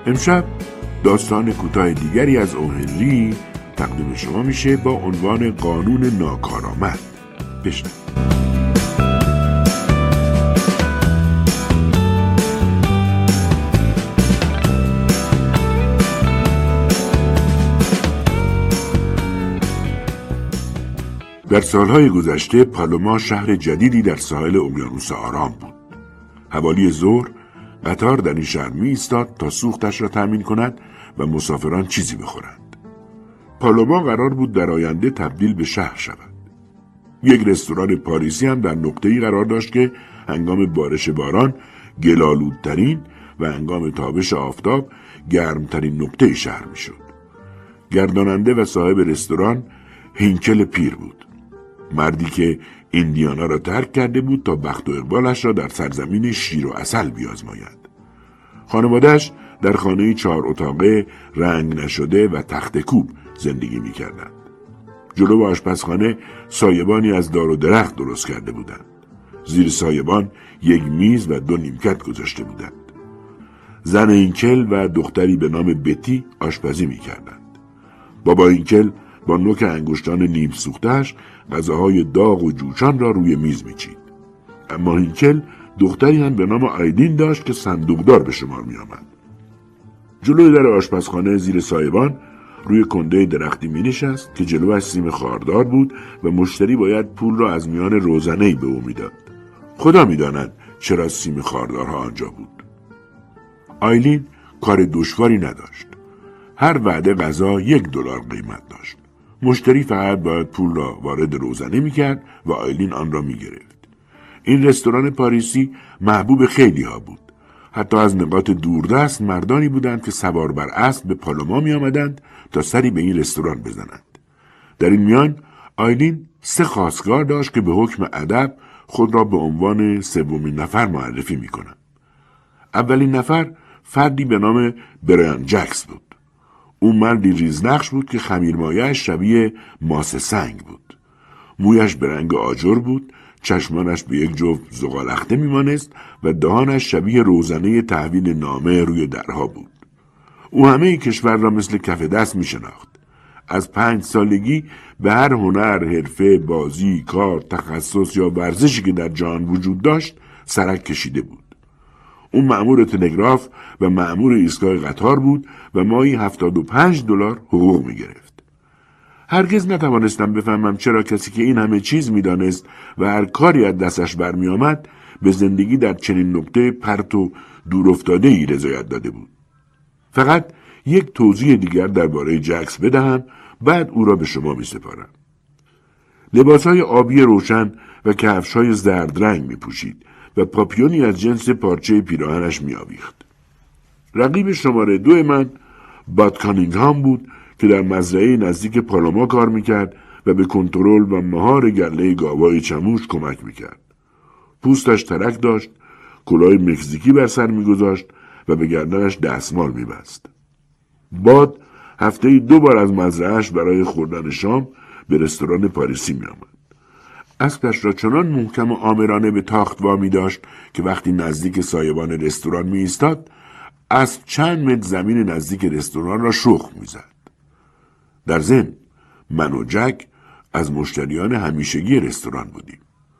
امشب داستان کوتاه دیگری از او هنری تقدیم شما میشه با عنوان قانون ناکارآمد. بشنوید. در سالهای گذشته پالوما شهر جدیدی در ساحل اقیانوس آرام بود. حوالی ظهر قطار در این شهر می ایستاد تا سوختش را تامین کند و مسافران چیزی بخورند. پالوما قرار بود در آینده تبدیل به شهر شود. یک رستوران پاریسی هم در نقطه‌ای قرار داشت که هنگام بارش باران گل‌آلودترین و هنگام تابش آفتاب گرمترین نقطه شهر می شد. گرداننده و صاحب رستوران هینکل پیر بود. مردی که ایندیانا را ترک کرده بود تا بخت و اقبالش را در سرزمین شیر و عسل بیازماید. خانواده‌اش در خانه‌ای 4 اتاقه رنگ نشده و تخت کوب زندگی می‌کردند. جلو آشپزخانه سایبانی از دار و درخت درست کرده بودند. زیر سایبان یک میز و 2 نیمکت گذاشته بودند. زن هینکل و دختری به نام بتی آشپزی می‌کردند. بابا هینکل با نوک انگشتان نیم سوخته‌اش غذاهای داغ و جوشان را روی میز میچید. اما هینکل دختری هم به نام آیلین داشت که صندوقدار به شمار می آمد. جلوی در آشپزخانه زیر سایبان روی کنده درختی می نشست که جلوش سیم خاردار بود و مشتری باید پول را از میان روزنه‌ای به او می داد. خدا می داند چرا سیم خاردارها آنجا بود. آیلین کار دشواری نداشت. هر وعده غذا $1 قیمت داشت. مشتری فقط باید پول را وارد روزنه می‌کرد و آیلین آن را می‌گرفت. این رستوران پاریسی محبوب خیلی ها بود. حتی از نقاط دوردست مردانی بودند که سوار بر اسب به پالوما می‌آمدند تا سری به این رستوران بزنند. در این میان آیلین 3 خواستگار داشت که به حکم ادب خود را به عنوان 3مین نفر معرفی می‌کنند. اولین نفر فردی به نام برایان جکس بود. اون مردی ریزنقش بود که خمیرمایه‌اش شبیه ماس سنگ بود. مویش به رنگ آجر بود، چشمانش به یک جفت زغالخته میمانست و دهانش شبیه روزنه تحویل نامه روی درها بود. او همه کشور را مثل کف دست میشناخت. از 5 سالگی به هر هنر، حرفه، بازی، کار، تخصص یا ورزشی که در جهان وجود داشت سرک کشیده بود. اون مأمور تلگراف و مأمور ایستگاه قطار بود و ماهی $75 حقوق می گرفت. هرگز نتوانستم بفهمم چرا کسی که این همه چیز می دانست و هر کاری از دستش برمی آمد به زندگی در چنین نقطه پرت و دور افتاده ای رضایت داده بود. فقط یک توضیح دیگر درباره جکس بدهم، بعد او را به شما می سپارم. لباسهای آبی روشن و کفش‌های زرد رنگ می پوشید و پاپیونی از جنس پارچه پیراهنش می آویخت. رقیب شماره 2 من باد کانینگهام بود که در مزرعه نزدیک پالوما کار میکرد و به کنترل و مهار گله گاوای چموش کمک میکرد. پوستش ترک داشت، کلاه مکزیکی بر سر میگذاشت و به گردنش دستمال میبست. باد هفته‌ای 2 بار از مزرعه‌اش برای خوردن شام به رستوران پاریسی میآمد. اسبش را چنان محکم و آمرانه به تاخت وامی داشت که وقتی نزدیک سایبان رستوران می ایستاد، اسب چند متر زمین نزدیک رستوران را شخم می زد. در ضمن من و جک از مشتریان همیشگی رستوران بودیم.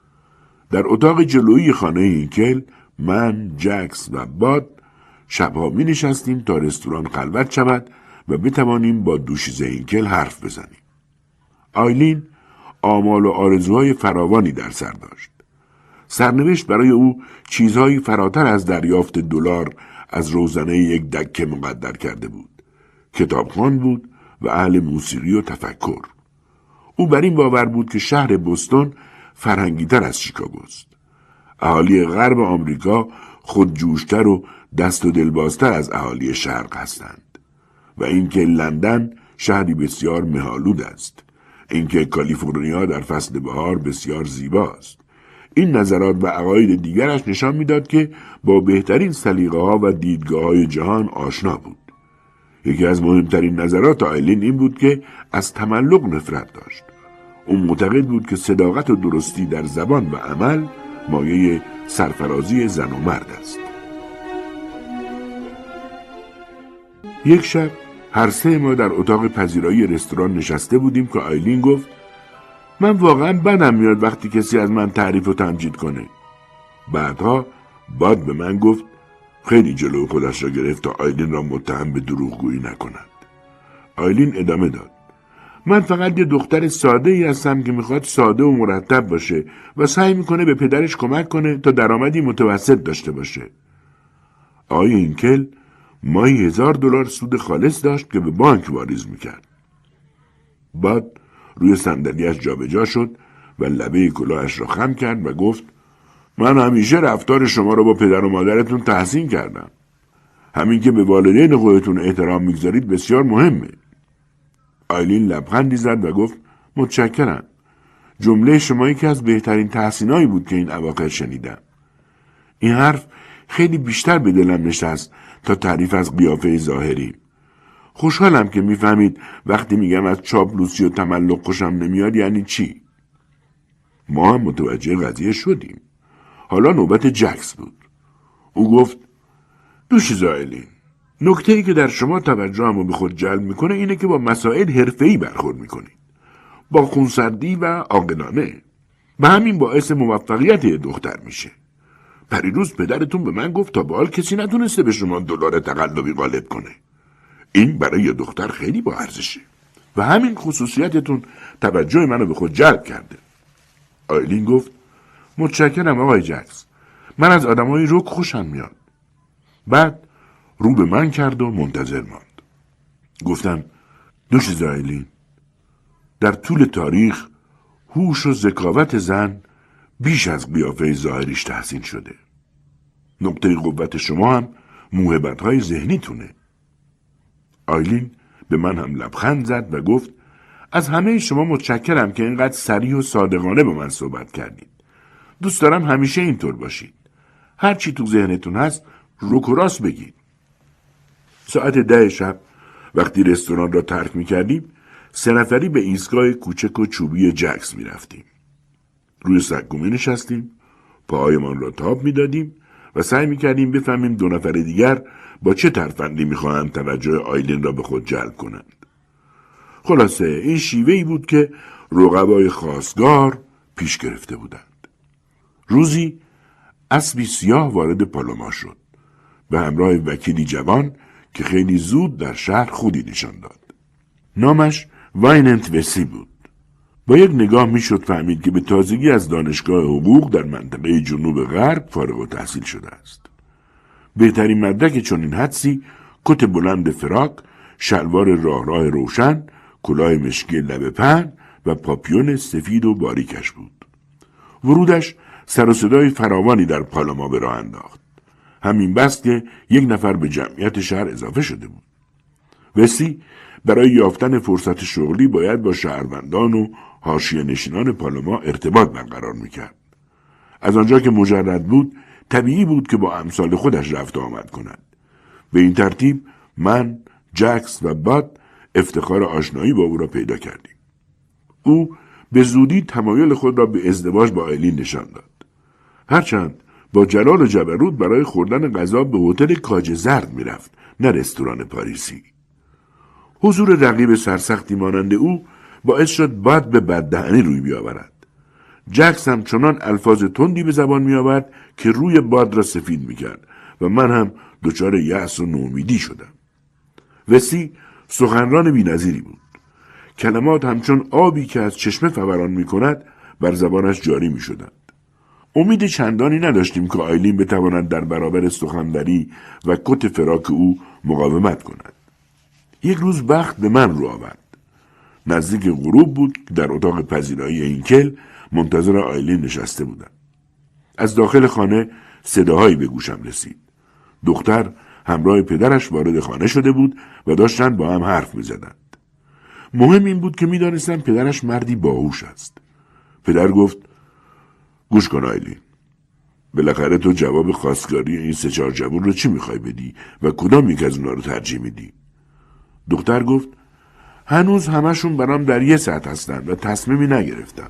در اتاق جلویی خانه هینکل من، جکس و باد شبها می نشستیم تا رستوران خلوت شود و بتوانیم با دوشیزه هینکل حرف بزنیم. آیلین آمال و آرزوهای فراوانی در سر داشت. سرنوشت برای او چیزهایی فراتر از دریافت $1 از روزنه یک دکه مقدر کرده بود. کتابخوان بود و اهل موسیقی و تفکر. او بر این باور بود که شهر بوستون فرهنگی‌تر از شیکاگوست. اهالی غرب آمریکا خودجوشتر و دست و دلبازتر از اهالی شرق هستند و اینکه لندن شهری بسیار مه‌آلود است. اینکه کالیفرنیا در فصل بهار بسیار زیباست. این نظرات و عقاید دیگرش نشان میداد که با بهترین سلیقه‌ها و دیدگاه‌های جهان آشنا بود. یکی از مهمترین نظرات آیلین این بود که از تملق نفرت داشت. او معتقد بود که صداقت و درستی در زبان و عمل مایه سرفرازی زن و مرد است. یک شب هر سه ما در اتاق پذیرایی رستوران نشسته بودیم که آیلین گفت من واقعا بدم میاد وقتی کسی از من تعریف و تمجید کنه. بعدها باد به من گفت خیلی جلو خودش را گرفت تا آیلین را متهم به دروغگویی نکند. آیلین ادامه داد من فقط یه دختر ساده ای هستم که میخواد ساده و مرتب باشه و سعی میکنه به پدرش کمک کنه تا درآمدی متوسط داشته باشه. آقای هینکل ماهی $1000 سود خالص داشت که به بانک واریز میکرد. بعد روی صندلیاش جابجا شد و لبه کلاهش را خم کرد و گفت من همیشه رفتار شما را با پدر و مادرتون تحسین کردم. همین که به والدین خودتون احترام میگذارید بسیار مهمه. آیلین لبخندی زد و گفت متشکرم. جمله شما یکی از بهترین تحسینایی بود که این اواخر شنیدم. این حرف خیلی بیشتر به دلم نشست تا تعریف از قیافه ظاهری. خوشحالم که میفهمید وقتی میگم از چاپلوسی و تملق خوشم نمیاد یعنی چی. ما هم متوجه قضیه شدیم. حالا نوبت جکس بود. او گفت دوشیزه آیلین، نکته‌ای که در شما توجهمو به خود جلب میکنه اینه که با مسائل حرفه‌ای برخورد میکنید. با خونسردی و عاقلانه. و همین باعث موفقیت یه دختر میشه. پریروز پدرتون به من گفت تا به حال کسی نتونسته به شما دلار تقلبی غالب کنه. این برای یه دختر خیلی با ارزشه. و همین خصوصیتتون توجه منو به خود جلب کرده. آیلین گفت متشکرم آقای جکس. من از آدمای رک خوشم میاد. بعد رو به من کرد و منتظر ماند. گفتم دوشیزه آیلین، در طول تاریخ هوش و ذکاوت زن بیش از قیافه ظاهریش تحسین شده. نقطه قوت شما هم موهبت‌های ذهنیتونه. آیلین به من هم لبخند زد و گفت از همه شما متشکرم که اینقدر صریح و صادقانه با من صحبت کردید. دوست دارم همیشه اینطور باشید. هر چی تو ذهنتون هست رک و راست بگید. ساعت 10 شب وقتی رستوران را ترک می‌کردیم 3 نفری به ایستگاه کوچک و چوبی جکس می‌رفتیم. روی سکو نشستیم، پاهایمان را تاب می‌دادیم و سعی می‌کردیم بفهمیم 2 نفر دیگر با چه ترفندی می‌خواهند توجه آیلین را به خود جلب کنند. خلاصه این شیوهی بود که رقبای خواستگار پیش گرفته بودند. روزی اسبی سیاه وارد پالوما شد به همراه وکیلی جوان که خیلی زود در شهر خودی نشان داد. نامش وایننت وسی بود. با یک نگاه میشد فهمید که به تازگی از دانشگاه حقوق در منطقه جنوب غرب فارغ التحصیل شده است. بهترین مدرک چنین حدسی کت بلند فراک، شلوار راه روشن، کلاه مشکی لبه پهن و پاپیون سفید و باریکش بود. ورودش سر و صدای فراوانی در پالوما به راه انداخت. همین بس که 1 نفر به جمعیت شهر اضافه شده بود. وسی برای یافتن فرصت شغلی باید با شهروندان و حاشیه نشینان پالوما ارتباط برقرار میکرد. از آنجا که مجرد بود طبیعی بود که با امثال خودش رفت و آمد کند. به این ترتیب من، جکس و باد افتخار آشنایی با او را پیدا کردیم. او به زودی تمایل خود را به ازدواج با آیلین نشان داد. هرچند با جلال و جبروت برای خوردن غذا به هتل کاج زرد میرفت، نه رستوران پاریسی. حضور رقیب سرسختی مانند او باعث شد باد به بددهنی روی بیاورد. جکس هم چنان الفاظ تندی به زبان میآورد که روی باد را سفید میکرد و من هم دچار یأس و نومیدی شدم. وسی سخنران بی‌نظیری بود. کلمات همچون آبی که از چشمه فوران میکند بر زبانش جاری میشدند. امید چندانی نداشتیم که آیلین بتواند در برابر سخنوری و کت فراک او مقاومت کند. یک روز بخت به من رو آورد. نزدیک غروب بود که در اتاق پذیرایی هینکل منتظر آیلین نشسته بودم. از داخل خانه صداهایی به گوشم رسید. دختر همراه پدرش وارد خانه شده بود و داشتند با هم حرف می‌زدند. مهم این بود که می‌دانستم پدرش مردی باهوش است. پدر گفت گوش کن آیلین. بالاخره تو جواب خواستگاری این 3-4 جوون رو چی می‌خوای بدی و کدام یک از اونا رو ترجیح میدی؟ دختر گفت هنوز همشون برام در یه سطح هستن و تصمیمی نگرفتم.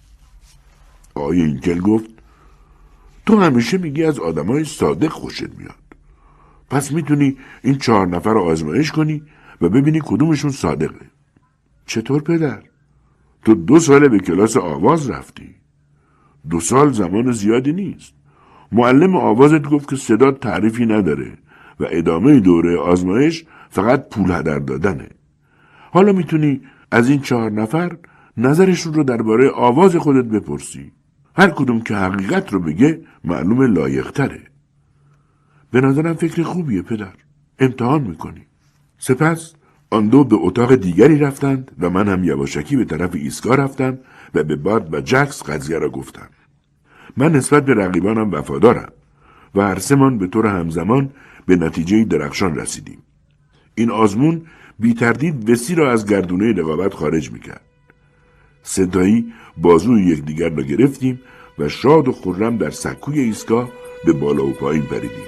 آقای هینکل گفت تو همیشه میگی از آدمای صادق خوشت میاد. پس میتونی این 4 نفر رو آزمایش کنی و ببینی کدومشون صادقه. چطور پدر؟ تو 2 ساله به کلاس آواز رفتی. 2 سال زمان زیادی نیست. معلم آوازت گفت که صدا تعریفی نداره و ادامه دوره آزمایش فقط پول هدر دادنه. حالا میتونی از این 4 نفر نظرشون رو درباره آواز خودت بپرسی. هر کدوم که حقیقت رو بگه معلوم لایق تره. به نظرم فکر خوبیه پدر. امتحان میکنی. سپس آن 2 به اتاق دیگری رفتند و من هم یواشکی به طرف ایستگاه رفتم و به باد و جکس قضیه را گفتم. من نسبت به رقیبانم وفادارم و هر 3 من به طور همزمان به نتیجه درخشان رسیدیم. این آزمون بی تردید وسی را از گردونه رقابت خارج میکرد. 3 تایی بازوی یکدیگر را گرفتیم و شاد و خرم در سکوی ایستگاه به بالا و پایین پریدیم.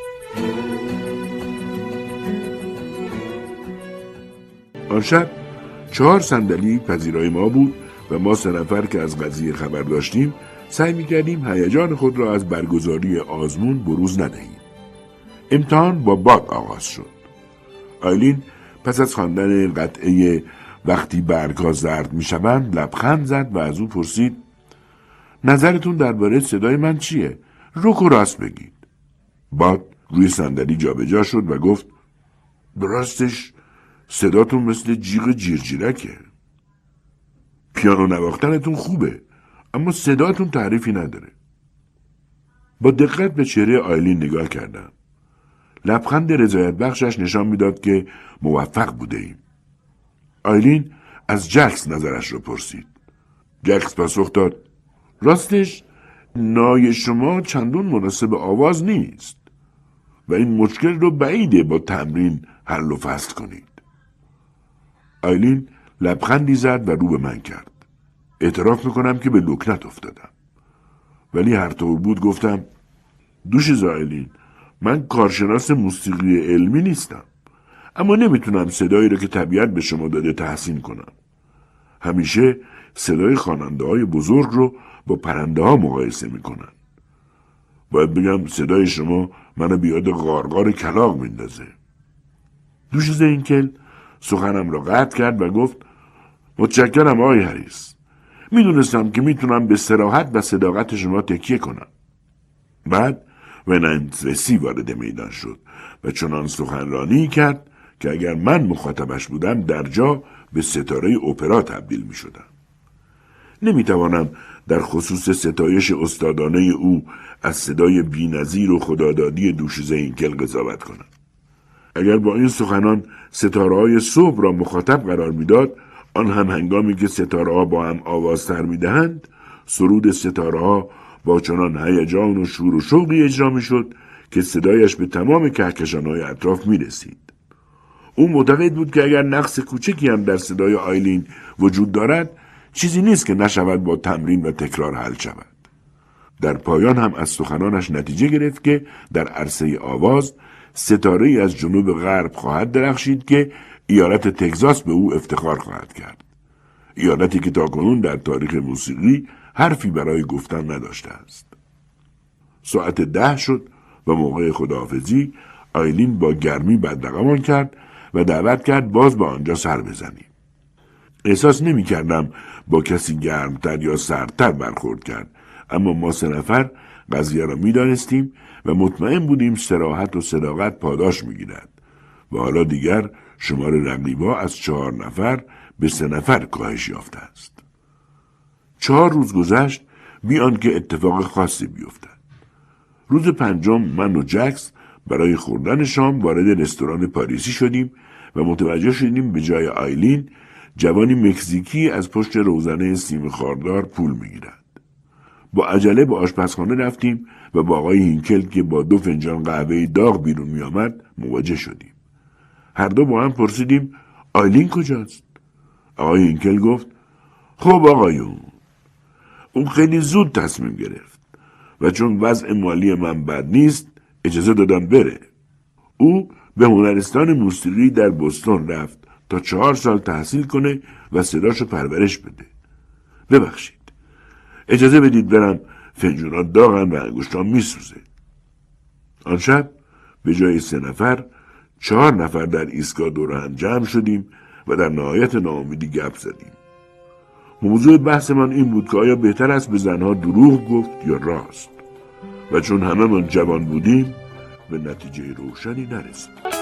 آن شب 4 صندلی پذیرای ما بود و ما 3 نفر که از قضیه خبر داشتیم سعی می‌کردیم هیجان خود را از برگزاری آزمون بروز ندهیم. امتحان با باد آغاز شد. آیلین پس از خواندن قطعه وقتی برگ‌ها زرد می‌شوند لبخند زد و از او پرسید نظرتون درباره صدای من چیه؟ رک و راست بگید. باد روی صندلی جابجا شد و گفت براستش صداتون مثل جیغ جیرجیرکه. پیانو نواختنتون خوبه اما صداتون تعریفی نداره. با دقت به چهره آیلین نگاه کردم. لبخند رضایت بخشش نشان میداد که موفق بوده ایم. آیلین از جکس نظرش رو پرسید. جکس پاسخ داد راستش نای شما چندون مناسب آواز نیست و این مشکل رو بعیده با تمرین حل و فصل کنید. آیلین لبخندی زد و رو به من کرد. اعتراف میکنم که به لکنت افتادم. ولی هر طور بود گفتم دوش آیلین من کارشناس موسیقی علمی نیستم اما نمیتونم صدایی رو که طبیعت به شما داده تحسین کنم. همیشه صدای خواننده های بزرگ رو با پرنده ها مقایسه میکنن. باید بگم صدای شما منو بیاد غارغار کلاغ میندازه. دوش زینکل سخنم را قطع کرد و گفت متشکرم آقای هریس. میدونستم که میتونم به صراحت و صداقت شما تکیه کنم. بعد وننترسی وارد میدان شد و چنان سخنرانی کرد که اگر من مخاطبش بودم در جا به ستاره اپرا تبدیل می شدم. نمی توانم در خصوص ستایش استادانه او از صدای بی‌نظیر و خدادادی دوشیزه اینکل قضاوت کنم. اگر با این سخنان ستاره‌های صبح را مخاطب قرار میداد، آن هم هنگامی که ستاره‌ها با هم آواز سر می‌دهند، سرود ستاره‌ها با چنان هیجان و شور و شوقی اجرا می‌شد که صدایش به تمام کهکشان‌های اطراف می‌رسید. او معتقد بود که اگر نقص کوچکی هم در صدای آیلین وجود دارد، چیزی نیست که نشود با تمرین و تکرار حل شود. در پایان هم از سخنانش نتیجه گرفت که در عرصه آواز ستاره‌ای از جنوب غرب خواهد درخشید که ایالت تگزاس به او افتخار خواهد کرد. ایالتی که تاکنون در تاریخ موسیقی حرفی برای گفتن نداشته است. ساعت 10 شد و موقع خداحافظی آیلین با گرمی بدرقمان کرد و دعوت کرد باز با آنجا سر بزنیم. احساس نمی کردم با کسی گرمتر یا سردتر برخورد کرد، اما ما 3 نفر قضیه را می دانستیم و مطمئن بودیم صراحت و صداقت پاداش می گیرد و حالا دیگر شمار رقیبا از 4 نفر به 3 نفر کاهش یافته است. 4 روز گذشت بی آنکه اتفاق خاصی بیفتد. روز 5 من و جکس برای خوردن شام وارد رستوران پاریسی شدیم و متوجه شدیم به جای آیلین جوانی مکزیکی از پشت روزنه سیم خاردار پول میگیرد. با عجله به آشپزخانه رفتیم و با آقای هینکل که با 2 فنجان قهوه داغ بیرون می آمد مواجه شدیم. هر دو با هم پرسیدیم آیلین کجاست؟ آقای هینکل گفت خب آقایون، اون خیلی زود تصمیم گرفت و چون وضع مالی من بد نیست اجازه دادم بره. او به هنرستان موسیقی در بوستون رفت تا 4 سال تحصیل کنه و صداشو پرورش بده. ببخشید، اجازه بدید برم، فنجونا داغن و انگشتام میسوزه. آن شب به جای 3 نفر 4 نفر در ایستگاه دور هم جمع شدیم و در نهایت ناامیدی گپ زدیم. موضوع بحثمان این بود که آیا بهتر است به زنها دروغ گفت یا راست، و چون همه من جوان بودیم به نتیجه روشنی نرسیدیم.